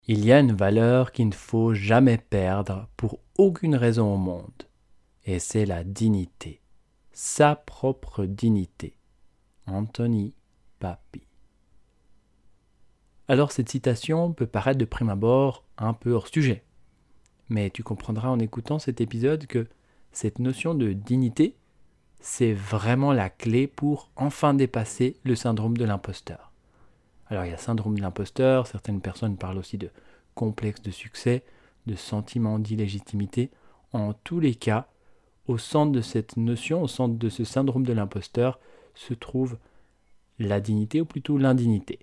Il y a une valeur qu'il ne faut jamais perdre pour aucune raison au monde, et c'est la dignité, sa propre dignité. Anthony Papi. Alors cette citation peut paraître de prime abord un peu hors sujet, mais tu comprendras en écoutant cet épisode que cette notion de dignité, c'est vraiment la clé pour enfin dépasser le syndrome de l'imposteur. Alors il y a syndrome de l'imposteur, certaines personnes parlent aussi de complexe de succès, de sentiment d'illégitimité. En tous les cas, au centre de cette notion, au centre de ce syndrome de l'imposteur, se trouve la dignité ou plutôt l'indignité.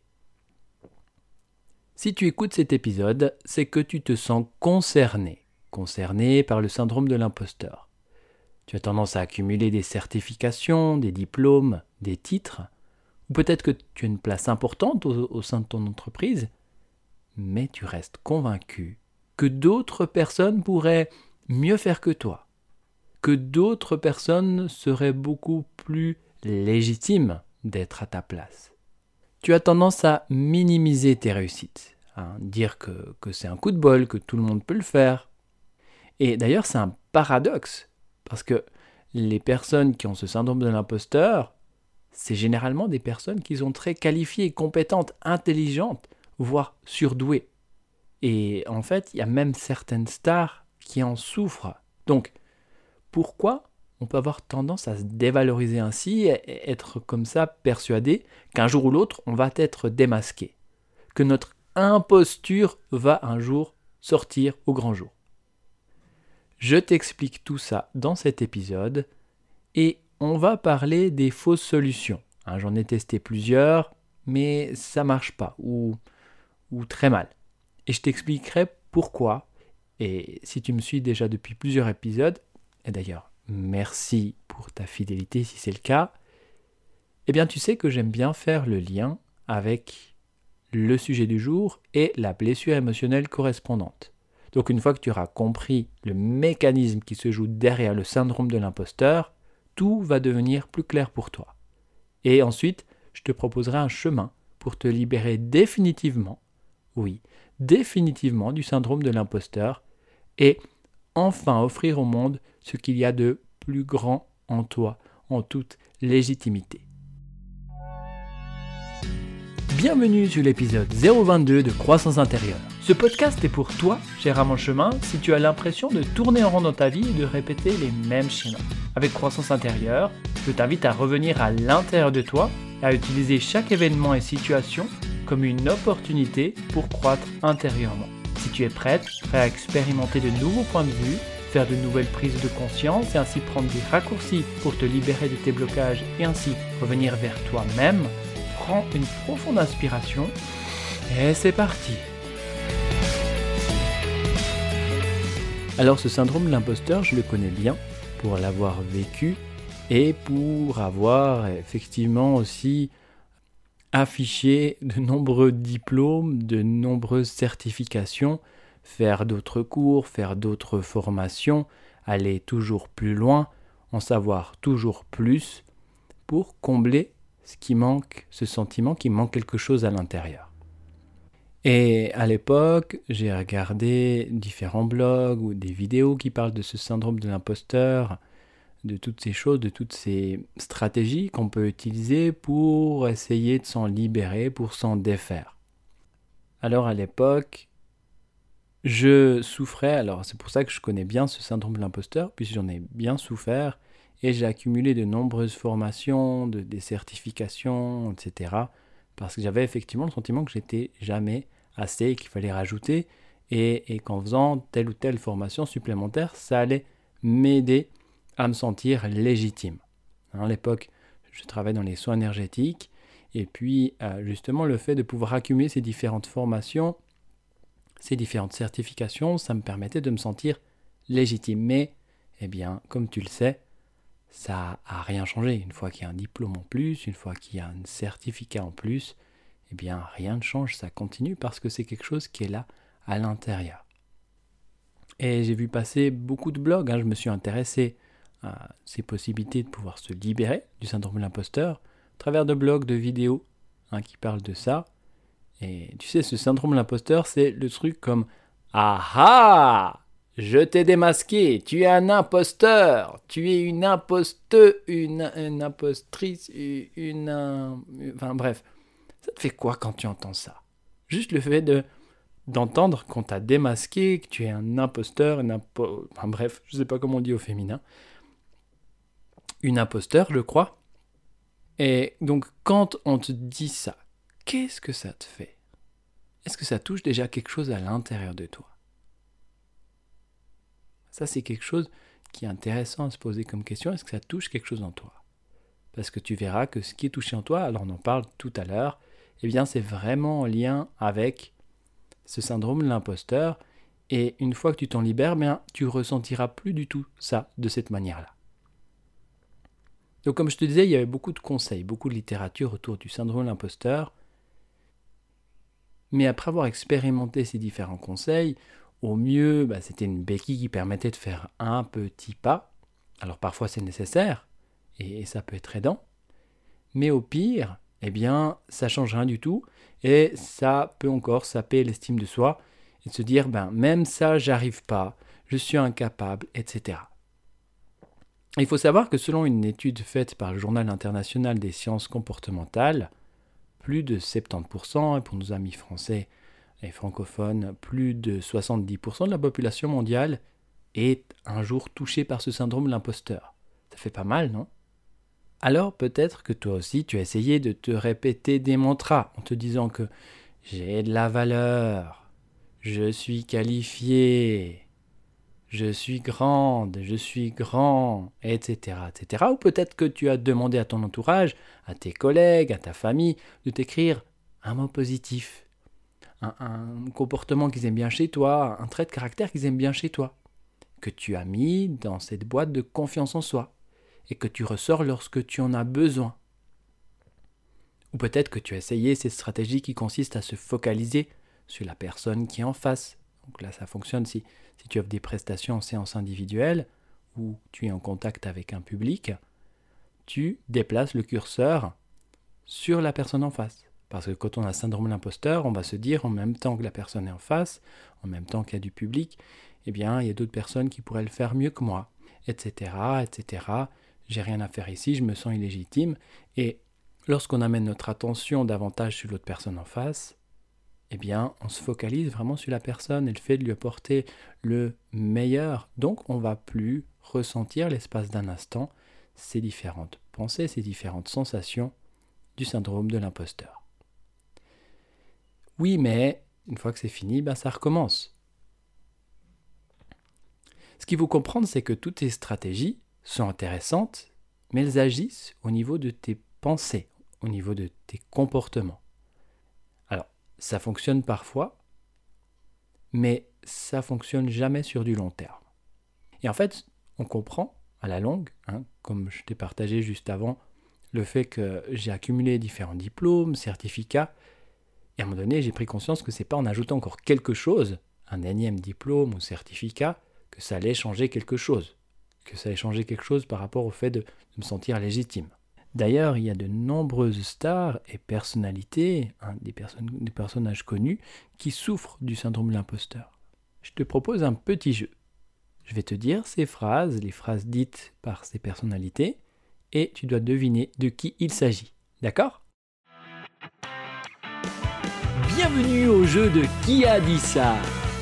Si tu écoutes cet épisode, c'est que tu te sens concerné par le syndrome de l'imposteur. Tu as tendance à accumuler des certifications, des diplômes, des titres, ou peut-être que tu as une place importante au sein de ton entreprise, mais tu restes convaincu que d'autres personnes pourraient mieux faire que toi, que d'autres personnes seraient beaucoup plus légitimes d'être à ta place. Tu as tendance à minimiser tes réussites, à dire que c'est un coup de bol, que tout le monde peut le faire. Et d'ailleurs, c'est un paradoxe, parce que les personnes qui ont ce syndrome de l'imposteur, c'est généralement des personnes qui sont très qualifiées, compétentes, intelligentes, voire surdouées. Et en fait, il y a même certaines stars qui en souffrent. Donc, pourquoi on peut avoir tendance à se dévaloriser ainsi et être comme ça persuadé qu'un jour ou l'autre, on va être démasqué, que notre imposture va un jour sortir au grand jour? Je t'explique tout ça dans cet épisode et on va parler des fausses solutions. J'en ai testé plusieurs, mais ça marche pas ou très mal. Et je t'expliquerai pourquoi. Et si tu me suis déjà depuis plusieurs épisodes, et d'ailleurs, merci pour ta fidélité si c'est le cas, eh bien tu sais que j'aime bien faire le lien avec le sujet du jour et la blessure émotionnelle correspondante. Donc une fois que tu auras compris le mécanisme qui se joue derrière le syndrome de l'imposteur, tout va devenir plus clair pour toi. Et ensuite, je te proposerai un chemin pour te libérer définitivement, oui, définitivement du syndrome de l'imposteur et enfin offrir au monde ce qu'il y a de plus grand en toi, en toute légitimité. Bienvenue sur l'épisode 022 de Croissance intérieure. Ce podcast est pour toi, cher à mon chemin, si tu as l'impression de tourner en rond dans ta vie et de répéter les mêmes schémas. Avec Croissance intérieure, je t'invite à revenir à l'intérieur de toi et à utiliser chaque événement et situation comme une opportunité pour croître intérieurement. Si tu es prêt à expérimenter de nouveaux points de vue, faire de nouvelles prises de conscience et ainsi prendre des raccourcis pour te libérer de tes blocages et ainsi revenir vers toi-même, prends une profonde inspiration et c'est parti. Alors ce syndrome de l'imposteur, je le connais bien pour l'avoir vécu et pour avoir effectivement aussi affiché de nombreux diplômes, de nombreuses certifications, faire d'autres cours, faire d'autres formations, aller toujours plus loin, en savoir toujours plus pour combler ce qui manque, ce sentiment qu'il manque quelque chose à l'intérieur. Et à l'époque, j'ai regardé différents blogs ou des vidéos qui parlent de ce syndrome de l'imposteur, de toutes ces choses, de toutes ces stratégies qu'on peut utiliser pour essayer de s'en libérer, pour s'en défaire. Alors à l'époque, je souffrais, alors c'est pour ça que je connais bien ce syndrome de l'imposteur, puisque j'en ai bien souffert, et j'ai accumulé de nombreuses formations, des certifications, etc., parce que j'avais effectivement le sentiment que j'étais jamais assez, qu'il fallait rajouter, et qu'en faisant telle ou telle formation supplémentaire, ça allait m'aider à me sentir légitime. À l'époque, je travaillais dans les soins énergétiques, et puis justement le fait de pouvoir accumuler ces différentes formations, ces différentes certifications, ça me permettait de me sentir légitime. Mais, eh bien, comme tu le sais, ça n'a rien changé. Une fois qu'il y a un diplôme en plus, une fois qu'il y a un certificat en plus, eh bien, rien ne change, ça continue parce que c'est quelque chose qui est là à l'intérieur. Et j'ai vu passer beaucoup de blogs, je me suis intéressé à ces possibilités de pouvoir se libérer du syndrome de l'imposteur à travers de blogs, de vidéos qui parlent de ça. Et tu sais, ce syndrome de l'imposteur, c'est le truc comme « Ah ah, je t'ai démasqué, tu es un imposteur, tu es une imposteuse, une impostrice, Enfin bref, ça te fait quoi quand tu entends ça? Juste le fait d'entendre qu'on t'a démasqué, que tu es un imposteur, enfin bref, je sais pas comment on dit au féminin. Une imposteur, je crois. Et donc, quand on te dit ça, qu'est-ce que ça te fait? Est-ce que ça touche déjà quelque chose à l'intérieur de toi? Ça, c'est quelque chose qui est intéressant à se poser comme question. Est-ce que ça touche quelque chose en toi? Parce que tu verras que ce qui est touché en toi, alors on en parle tout à l'heure, eh bien, c'est vraiment en lien avec ce syndrome de l'imposteur. Et une fois que tu t'en libères, bien, tu ressentiras plus du tout ça de cette manière-là. Donc comme je te disais, il y avait beaucoup de conseils, beaucoup de littérature autour du syndrome de l'imposteur. Mais après avoir expérimenté ces différents conseils, au mieux, c'était une béquille qui permettait de faire un petit pas. Alors parfois c'est nécessaire, et ça peut être aidant. Mais au pire, eh bien, ça change rien du tout, et ça peut encore saper l'estime de soi, et de se dire, même ça, j'arrive pas, je suis incapable, etc. Il faut savoir que selon une étude faite par le Journal international des sciences comportementales, plus de 70%, et pour nos amis français et francophones, plus de 70% de la population mondiale est un jour touchée par ce syndrome de l'imposteur. Ça fait pas mal, non? Alors peut-être que toi aussi tu as essayé de te répéter des mantras en te disant que j'ai de la valeur, je suis qualifié, je suis grande, je suis grand, etc., etc. Ou peut-être que tu as demandé à ton entourage, à tes collègues, à ta famille, de t'écrire un mot positif, un comportement qu'ils aiment bien chez toi, un trait de caractère qu'ils aiment bien chez toi, que tu as mis dans cette boîte de confiance en soi, et que tu ressors lorsque tu en as besoin. Ou peut-être que tu as essayé cette stratégie qui consiste à se focaliser sur la personne qui est en face. Donc là, ça fonctionne si tu offres des prestations en séance individuelle ou tu es en contact avec un public, tu déplaces le curseur sur la personne en face. Parce que quand on a le syndrome de l'imposteur, on va se dire en même temps que la personne est en face, en même temps qu'il y a du public, eh bien, il y a d'autres personnes qui pourraient le faire mieux que moi, etc., etc. J'ai rien à faire ici, je me sens illégitime. Et lorsqu'on amène notre attention davantage sur l'autre personne en face, eh bien, on se focalise vraiment sur la personne et le fait de lui apporter le meilleur. Donc, on ne va plus ressentir l'espace d'un instant ces différentes pensées, ces différentes sensations du syndrome de l'imposteur. Oui, mais une fois que c'est fini, ça recommence. Ce qu'il faut comprendre, c'est que toutes ces stratégies sont intéressantes, mais elles agissent au niveau de tes pensées, au niveau de tes comportements. Alors, ça fonctionne parfois, mais ça fonctionne jamais sur du long terme. Et en fait, on comprend à la longue, comme je t'ai partagé juste avant, le fait que j'ai accumulé différents diplômes, certificats, et à un moment donné, j'ai pris conscience que c'est pas en ajoutant encore quelque chose, un énième diplôme ou certificat, que ça allait changer quelque chose. Que ça allait changer quelque chose par rapport au fait de me sentir légitime. D'ailleurs, il y a de nombreuses stars et personnalités, des personnages connus, qui souffrent du syndrome de l'imposteur. Je te propose un petit jeu. Je vais te dire ces phrases, les phrases dites par ces personnalités, et tu dois deviner de qui il s'agit. D'accord ? Bienvenue au jeu de Qui a dit ça ?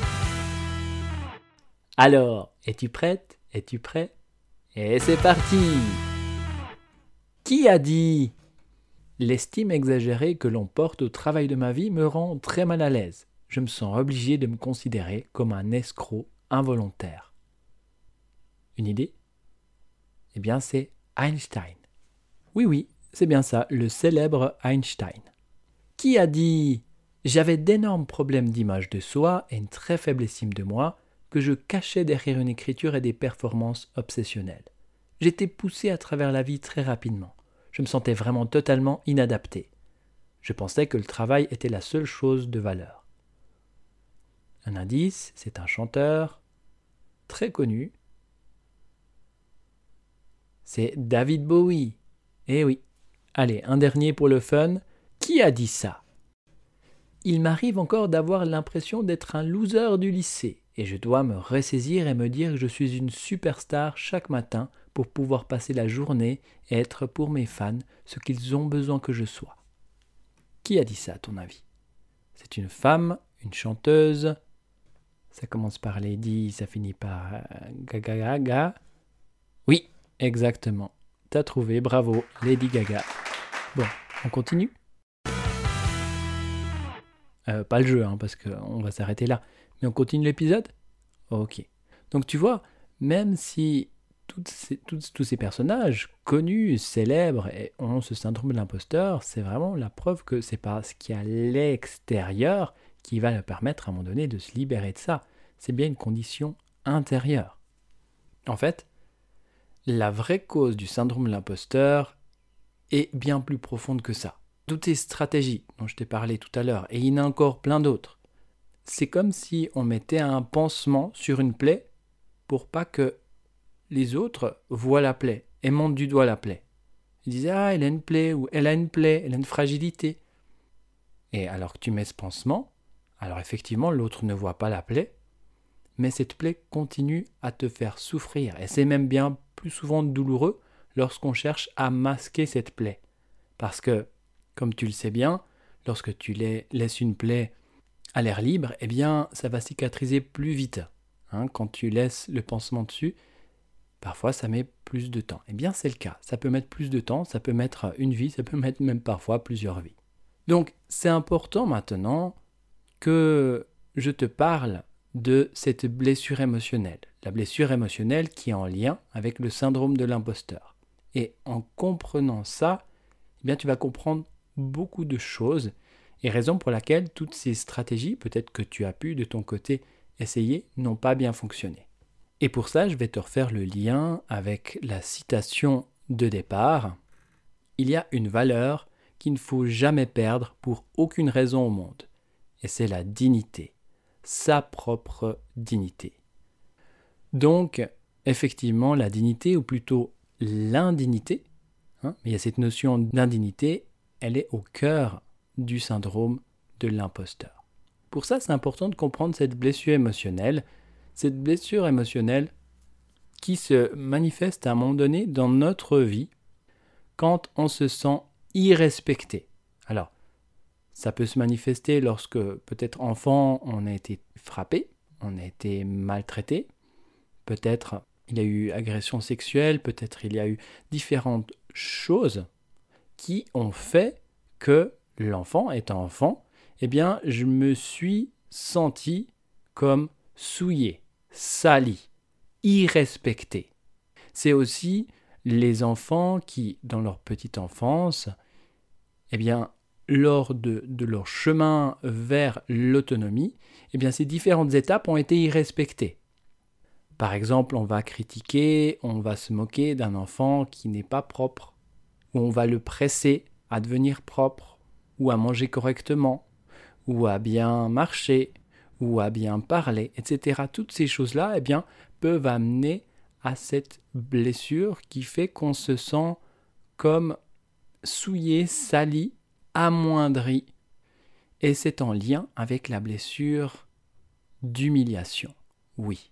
Alors, es-tu prête ? Es-tu prêt ? Et c'est parti ! Qui a dit ? L'estime exagérée que l'on porte au travail de ma vie me rend très mal à l'aise. Je me sens obligé de me considérer comme un escroc involontaire. Une idée ? Eh bien, c'est Einstein. Oui, c'est bien ça, le célèbre Einstein. Qui a dit ? J'avais d'énormes problèmes d'image de soi et une très faible estime de moi que je cachais derrière une écriture et des performances obsessionnelles. J'étais poussé à travers la vie très rapidement. Je me sentais vraiment totalement inadapté. Je pensais que le travail était la seule chose de valeur. Un indice, c'est un chanteur très connu. C'est David Bowie. Eh oui. Allez, un dernier pour le fun. Qui a dit ça ? il m'arrive encore d'avoir l'impression d'être un loser du lycée et je dois me ressaisir et me dire que je suis une superstar chaque matin pour pouvoir passer la journée et être pour mes fans ce qu'ils ont besoin que je sois. Qui a dit ça à ton avis ? C'est une femme, une chanteuse. Ça commence par Lady, ça finit par Gaga Gaga. Oui, exactement. T'as trouvé, bravo, Lady Gaga. Bon, on continue ? Pas le jeu, parce qu'on va s'arrêter là. Mais on continue l'épisode ? Ok. Donc tu vois, même si tous ces personnages connus, célèbres, et ont ce syndrome de l'imposteur, c'est vraiment la preuve que c'est pas ce qui est à l'extérieur qui va leur permettre à un moment donné de se libérer de ça. C'est bien une condition intérieure. En fait, la vraie cause du syndrome de l'imposteur est bien plus profonde que ça. Toutes ces stratégies dont je t'ai parlé tout à l'heure, et il y en a encore plein d'autres, c'est comme si on mettait un pansement sur une plaie pour pas que les autres voient la plaie et montent du doigt la plaie. Ils disent « Ah, elle a une plaie » ou « Elle a une plaie, elle a une fragilité ». Et alors que tu mets ce pansement, alors effectivement l'autre ne voit pas la plaie, mais cette plaie continue à te faire souffrir. Et c'est même bien plus souvent douloureux lorsqu'on cherche à masquer cette plaie. Parce que, comme tu le sais bien, lorsque tu laisses une plaie à l'air libre, eh bien, ça va cicatriser plus vite. Quand tu laisses le pansement dessus, parfois ça met plus de temps. Eh bien, c'est le cas. Ça peut mettre plus de temps, ça peut mettre une vie, ça peut mettre même parfois plusieurs vies. Donc, c'est important maintenant que je te parle de cette blessure émotionnelle. La blessure émotionnelle qui est en lien avec le syndrome de l'imposteur. Et en comprenant ça, eh bien, tu vas comprendre beaucoup de choses et raison pour laquelle toutes ces stratégies, peut-être que tu as pu de ton côté essayer, n'ont pas bien fonctionné. Et pour ça, je vais te refaire le lien avec la citation de départ. Il y a une valeur qu'il ne faut jamais perdre pour aucune raison au monde. Et c'est la dignité, sa propre dignité. Donc, effectivement, la dignité, ou plutôt l'indignité, mais il y a cette notion d'indignité, elle est au cœur du syndrome de l'imposteur. Pour ça, c'est important de comprendre cette blessure émotionnelle qui se manifeste à un moment donné dans notre vie quand on se sent irrespecté. Alors, ça peut se manifester lorsque, peut-être enfant, on a été frappé, on a été maltraité, peut-être il y a eu agression sexuelle, peut-être il y a eu différentes choses qui ont fait que l'enfant, étant enfant, eh bien, je me suis senti comme souillé, sali, irrespecté. C'est aussi les enfants qui, dans leur petite enfance, eh bien, lors de leur chemin vers l'autonomie, eh bien, ces différentes étapes ont été irrespectées. Par exemple, on va critiquer, on va se moquer d'un enfant qui n'est pas propre, ou on va le presser à devenir propre, ou à manger correctement, ou à bien marcher, ou à bien parler, etc. Toutes ces choses-là, eh bien, peuvent amener à cette blessure qui fait qu'on se sent comme souillé, sali, amoindri. Et c'est en lien avec la blessure d'humiliation. Oui.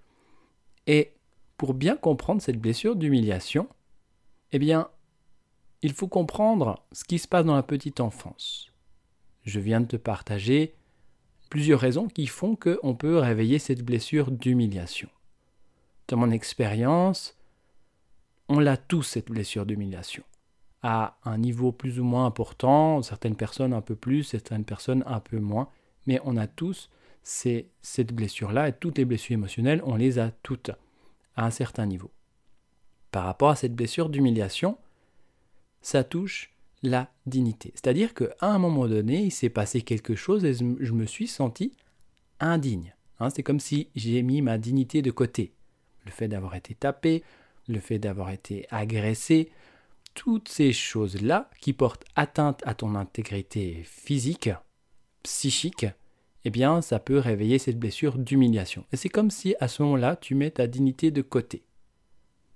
Et pour bien comprendre cette blessure d'humiliation, eh bien, il faut comprendre ce qui se passe dans la petite enfance. Je viens de te partager plusieurs raisons qui font qu'on peut réveiller cette blessure d'humiliation. Dans mon expérience, on l'a tous, cette blessure d'humiliation. À un niveau plus ou moins important, certaines personnes un peu plus, certaines personnes un peu moins, mais on a tous cette blessure-là, et toutes les blessures émotionnelles, on les a toutes, à un certain niveau. Par rapport à cette blessure d'humiliation, ça touche la dignité. C'est-à-dire qu'à un moment donné, il s'est passé quelque chose et je me suis senti indigne. C'est comme si j'ai mis ma dignité de côté. Le fait d'avoir été tapé, le fait d'avoir été agressé, toutes ces choses-là qui portent atteinte à ton intégrité physique, psychique, eh bien, ça peut réveiller cette blessure d'humiliation. Et c'est comme si, à ce moment-là, tu mets ta dignité de côté.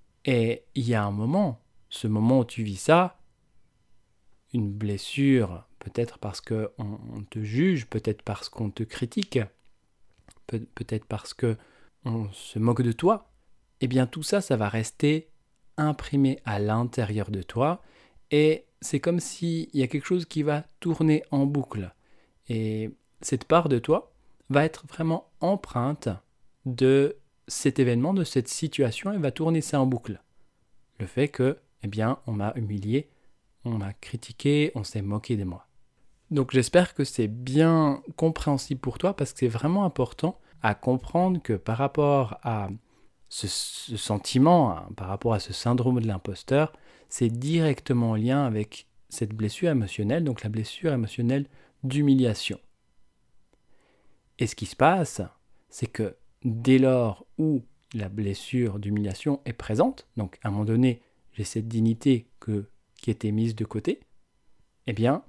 Et il y a un moment, ce moment où tu vis ça, une blessure peut-être parce qu'on te juge, peut-être parce qu'on te critique, peut-être parce qu'on se moque de toi, eh bien tout ça, ça va rester imprimé à l'intérieur de toi et c'est comme s'il y a quelque chose qui va tourner en boucle. Et cette part de toi va être vraiment empreinte de cet événement, de cette situation et va tourner ça en boucle. Le fait que, eh bien, on m'a humilié, on m'a critiqué, on s'est moqué de moi. Donc j'espère que c'est bien compréhensible pour toi parce que c'est vraiment important à comprendre que par rapport à ce sentiment, par rapport à ce syndrome de l'imposteur, c'est directement en lien avec cette blessure émotionnelle, donc la blessure émotionnelle d'humiliation. Et ce qui se passe, c'est que dès lors où la blessure d'humiliation est présente, donc à un moment donné, j'ai cette dignité qui était mise de côté, eh bien,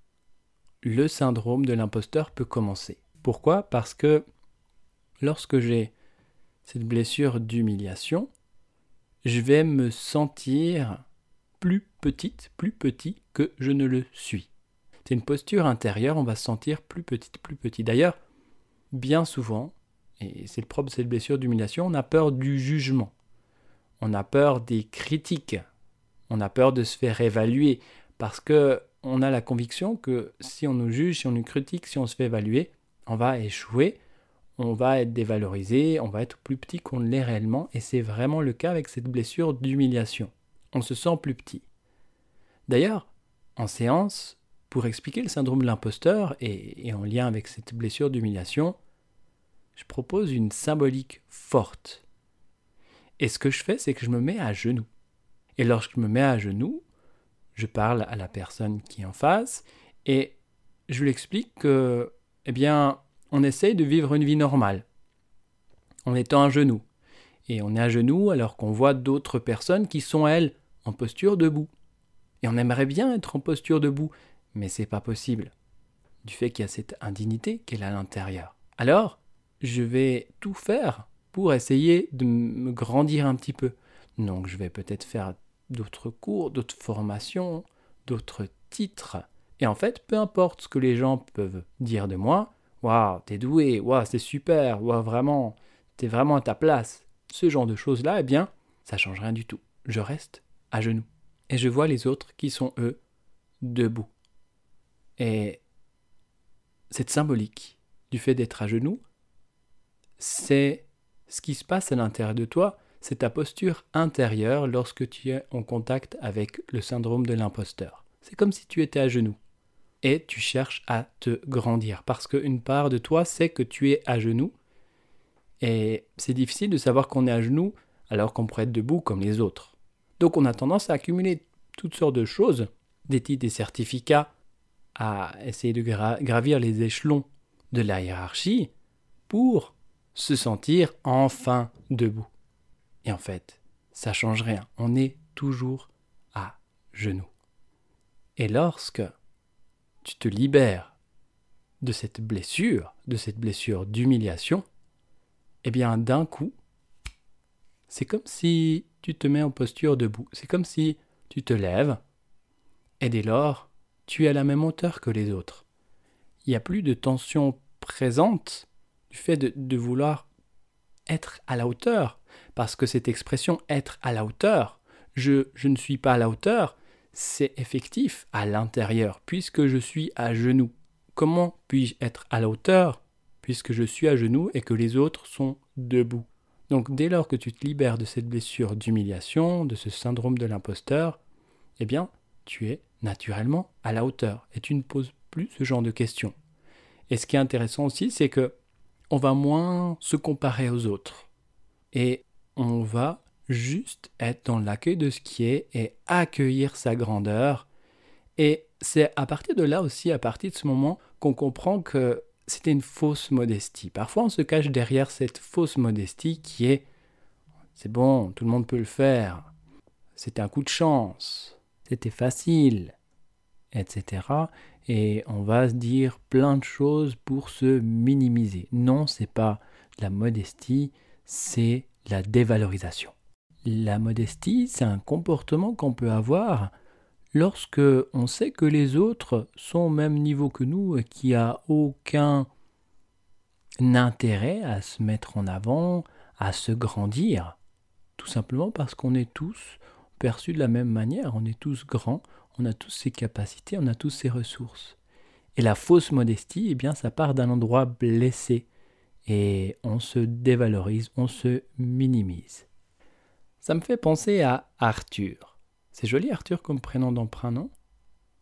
le syndrome de l'imposteur peut commencer. Pourquoi ? Parce que lorsque j'ai cette blessure d'humiliation, je vais me sentir plus petit que je ne le suis. C'est une posture intérieure, on va se sentir plus petit. D'ailleurs, bien souvent, et c'est le propre de cette blessure d'humiliation, on a peur du jugement, on a peur des critiques, on a peur de se faire évaluer, parce qu'on a la conviction que si on nous juge, si on nous critique, si on se fait évaluer, on va échouer, on va être dévalorisé, on va être plus petit qu'on ne l'est réellement, et c'est vraiment le cas avec cette blessure d'humiliation. On se sent plus petit. D'ailleurs, en séance, pour expliquer le syndrome de l'imposteur et en lien avec cette blessure d'humiliation, je propose une symbolique forte. Et ce que je fais, c'est que je me mets à genoux. Et lorsque je me mets à genoux, je parle à la personne qui est en face et je lui explique que, eh bien, on essaye de vivre une vie normale en étant à genoux. Et on est à genoux alors qu'on voit d'autres personnes qui sont, elles, en posture debout. Et on aimerait bien être en posture debout, mais c'est pas possible, du fait qu'il y a cette indignité qu'elle a à l'intérieur. Alors, je vais tout faire pour essayer de me grandir un petit peu. Donc, je vais peut-être faire d'autres cours, d'autres formations, d'autres titres. Et en fait, peu importe ce que les gens peuvent dire de moi, waouh, t'es doué, waouh, c'est super, waouh, vraiment, t'es vraiment à ta place. Ce genre de choses-là, eh bien, ça change rien du tout. Je reste à genoux. Et je vois les autres qui sont, eux, debout. Et cette symbolique du fait d'être à genoux, c'est ce qui se passe à l'intérieur de toi, c'est ta posture intérieure lorsque tu es en contact avec le syndrome de l'imposteur. C'est comme si tu étais à genoux et tu cherches à te grandir parce qu'une part de toi sait que tu es à genoux et c'est difficile de savoir qu'on est à genoux alors qu'on pourrait être debout comme les autres. Donc on a tendance à accumuler toutes sortes de choses, des titres, des certificats, à essayer de gravir les échelons de la hiérarchie pour se sentir enfin debout. Et en fait, ça change rien. On est toujours à genoux. Et lorsque tu te libères de cette blessure d'humiliation, eh bien d'un coup, c'est comme si tu te mets en posture debout. C'est comme si tu te lèves et dès lors, tu es à la même hauteur que les autres. Il n'y a plus de tension présente du fait de vouloir être à la hauteur. Parce que cette expression « être à la hauteur », je ne suis pas à la hauteur, c'est effectif à l'intérieur, puisque je suis à genoux. Comment puis-je être à la hauteur, puisque je suis à genoux et que les autres sont debout ? Donc dès lors que tu te libères de cette blessure d'humiliation, de ce syndrome de l'imposteur, eh bien, tu es naturellement à la hauteur et tu ne poses plus ce genre de questions. Et ce qui est intéressant aussi, c'est que on va moins se comparer aux autres. Et on va juste être dans l'accueil de ce qui est et accueillir sa grandeur. Et c'est à partir de là aussi, à partir de ce moment, qu'on comprend que c'était une fausse modestie. Parfois, on se cache derrière cette fausse modestie qui est « c'est bon, tout le monde peut le faire, c'était un coup de chance, c'était facile », etc. Et on va se dire plein de choses pour se minimiser. Non, c'est pas de la modestie, c'est la dévalorisation. La modestie, c'est un comportement qu'on peut avoir lorsque on sait que les autres sont au même niveau que nous et qu'il n'y a aucun intérêt à se mettre en avant, à se grandir, tout simplement parce qu'on est tous perçus de la même manière, on est tous grands, on a tous ces capacités, on a tous ces ressources. Et la fausse modestie, eh bien, ça part d'un endroit blessé et on se dévalorise, on se minimise. Ça me fait penser à Arthur. C'est joli Arthur comme prénom d'emprunt, non ? Hein ?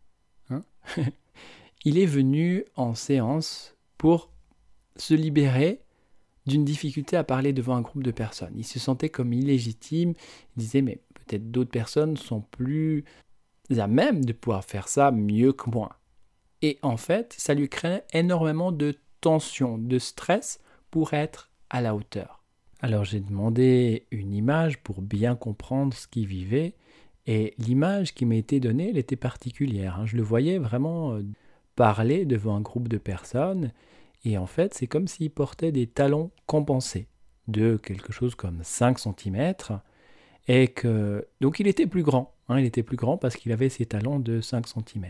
Il est venu en séance pour se libérer d'une difficulté à parler devant un groupe de personnes. Il se sentait comme illégitime, il disait mais peut-être d'autres personnes sont plus à même de pouvoir faire ça mieux que moi. Et en fait, ça lui créait énormément de tension, de stress pour être à la hauteur. Alors j'ai demandé une image pour bien comprendre ce qu'il vivait, et l'image qui m'a été donnée, elle était particulière. Je le voyais vraiment parler devant un groupe de personnes, et en fait, c'est comme s'il portait des talons compensés de quelque chose comme 5 cm, et que donc il était plus grand. Il était plus grand parce qu'il avait ses talons de 5 cm.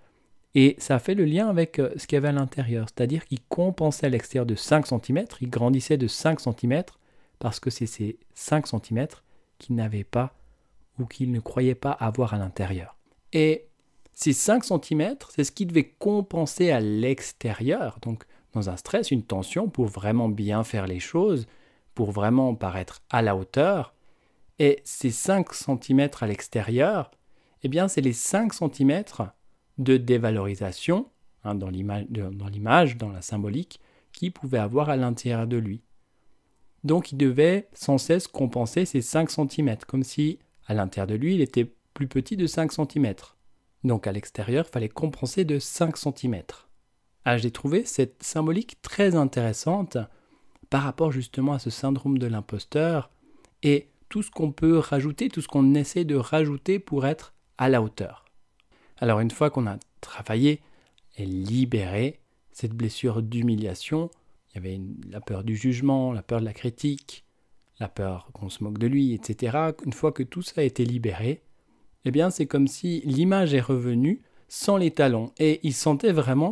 Et ça fait le lien avec ce qu'il y avait à l'intérieur, c'est-à-dire qu'il compensait à l'extérieur de 5 cm, il grandissait de 5 cm, parce que c'est ces 5 cm qu'il n'avait pas ou qu'il ne croyait pas avoir à l'intérieur. Et ces 5 cm, c'est ce qui devait compenser à l'extérieur, donc dans un stress, une tension pour vraiment bien faire les choses, pour vraiment paraître à la hauteur. Et ces 5 cm à l'extérieur, eh bien c'est les 5 cm de dévalorisation, dans l'image, dans la symbolique, qu'il pouvait avoir à l'intérieur de lui. Donc il devait sans cesse compenser ces 5 cm, comme si à l'intérieur de lui, il était plus petit de 5 cm. Donc à l'extérieur, il fallait compenser de 5 cm. J'ai trouvé cette symbolique très intéressante par rapport justement à ce syndrome de l'imposteur et tout ce qu'on peut rajouter, tout ce qu'on essaie de rajouter pour être à la hauteur. Alors une fois qu'on a travaillé et libéré cette blessure d'humiliation, il y avait la peur du jugement, la peur de la critique, la peur qu'on se moque de lui, etc. Une fois que tout ça a été libéré, eh bien c'est comme si l'image est revenue sans les talons. Et il sentait vraiment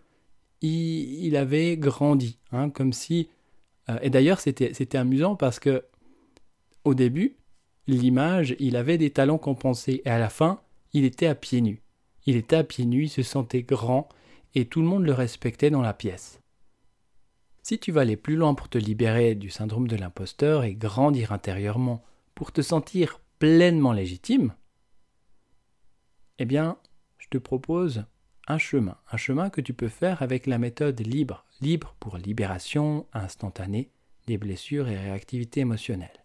qu'il avait grandi. Comme si... et d'ailleurs c'était amusant parce que au début, l'image, il avait des talons compensés. Et à la fin, il était à pieds nus. Il était à pieds nus, il se sentait grand et tout le monde le respectait dans la pièce. Si tu vas aller plus loin pour te libérer du syndrome de l'imposteur et grandir intérieurement pour te sentir pleinement légitime, eh bien, je te propose un chemin que tu peux faire avec la méthode libre pour libération instantanée des blessures et réactivité émotionnelle.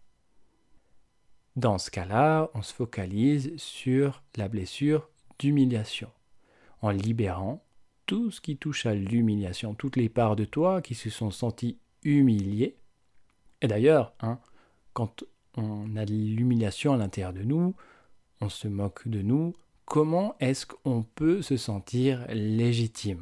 Dans ce cas-là, on se focalise sur la blessure d'humiliation, en libérant tout ce qui touche à l'humiliation, toutes les parts de toi qui se sont senties humiliées. Et d'ailleurs, quand on a de l'humiliation à l'intérieur de nous, on se moque de nous, comment est-ce qu'on peut se sentir légitime ?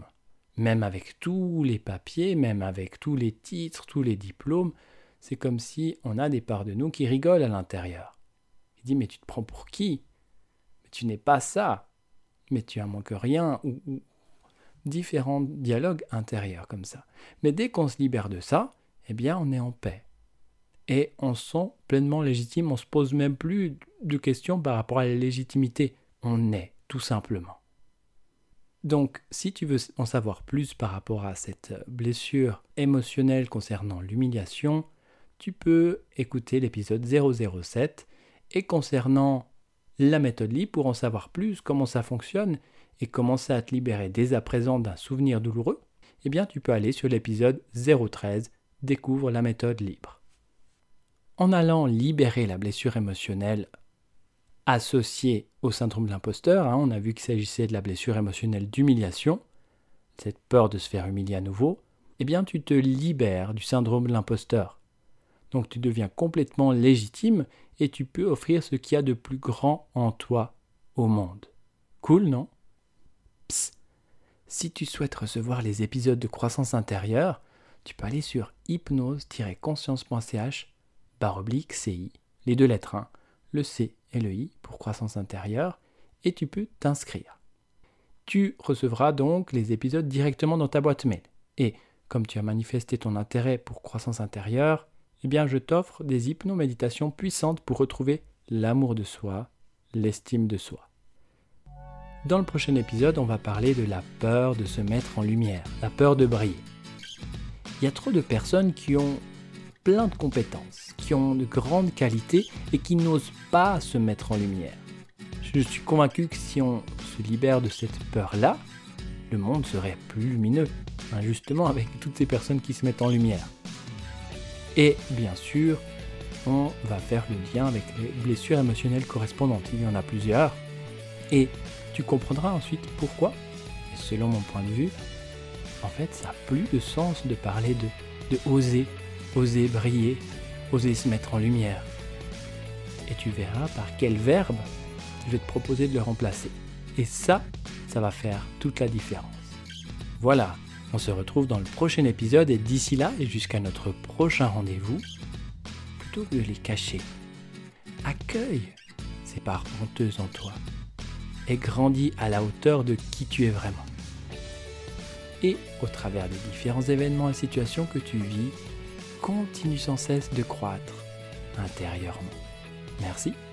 Même avec tous les papiers, même avec tous les titres, tous les diplômes, c'est comme si on a des parts de nous qui rigolent à l'intérieur. Il dit, mais tu te prends pour qui ? Mais tu n'es pas ça. Mais tu as moins que rien. Ou différents dialogues intérieurs comme ça. Mais dès qu'on se libère de ça, eh bien, on est en paix. Et on se sent pleinement légitime. On ne se pose même plus de questions par rapport à la légitimité. On est, tout simplement. Donc, si tu veux en savoir plus par rapport à cette blessure émotionnelle concernant l'humiliation, tu peux écouter l'épisode 007. Et concernant la méthode libre, pour en savoir plus, comment ça fonctionne et commencer à te libérer dès à présent d'un souvenir douloureux, eh bien tu peux aller sur l'épisode 013, découvre la méthode libre. En allant libérer la blessure émotionnelle associée au syndrome de l'imposteur, on a vu qu'il s'agissait de la blessure émotionnelle d'humiliation, cette peur de se faire humilier à nouveau, eh bien tu te libères du syndrome de l'imposteur. Donc tu deviens complètement légitime et tu peux offrir ce qu'il y a de plus grand en toi au monde. Cool, non ? Psst. Si tu souhaites recevoir les épisodes de croissance intérieure, tu peux aller sur hypnose-conscience.ch/CI, les 2 lettres, le C et le I pour croissance intérieure, et tu peux t'inscrire. Tu recevras donc les épisodes directement dans ta boîte mail. Et comme tu as manifesté ton intérêt pour croissance intérieure, eh bien je t'offre des hypnoméditations puissantes pour retrouver l'amour de soi, l'estime de soi. Dans le prochain épisode, on va parler de la peur de se mettre en lumière, la peur de briller. Il y a trop de personnes qui ont plein de compétences, qui ont de grandes qualités et qui n'osent pas se mettre en lumière. Je suis convaincu que si on se libère de cette peur-là, le monde serait plus lumineux, justement avec toutes ces personnes qui se mettent en lumière. Et bien sûr, on va faire le lien avec les blessures émotionnelles correspondantes. Il y en a plusieurs. Et tu comprendras ensuite pourquoi, et selon mon point de vue, en fait, ça n'a plus de sens de parler de oser briller, oser se mettre en lumière. Et tu verras par quel verbe je vais te proposer de le remplacer. Et ça va faire toute la différence. Voilà, on se retrouve dans le prochain épisode et d'ici là et jusqu'à notre prochain rendez-vous, plutôt que de les cacher, accueille ces parts honteuses en toi et grandis à la hauteur de qui tu es vraiment. Et au travers des différents événements et situations que tu vis, continue sans cesse de croître intérieurement. Merci.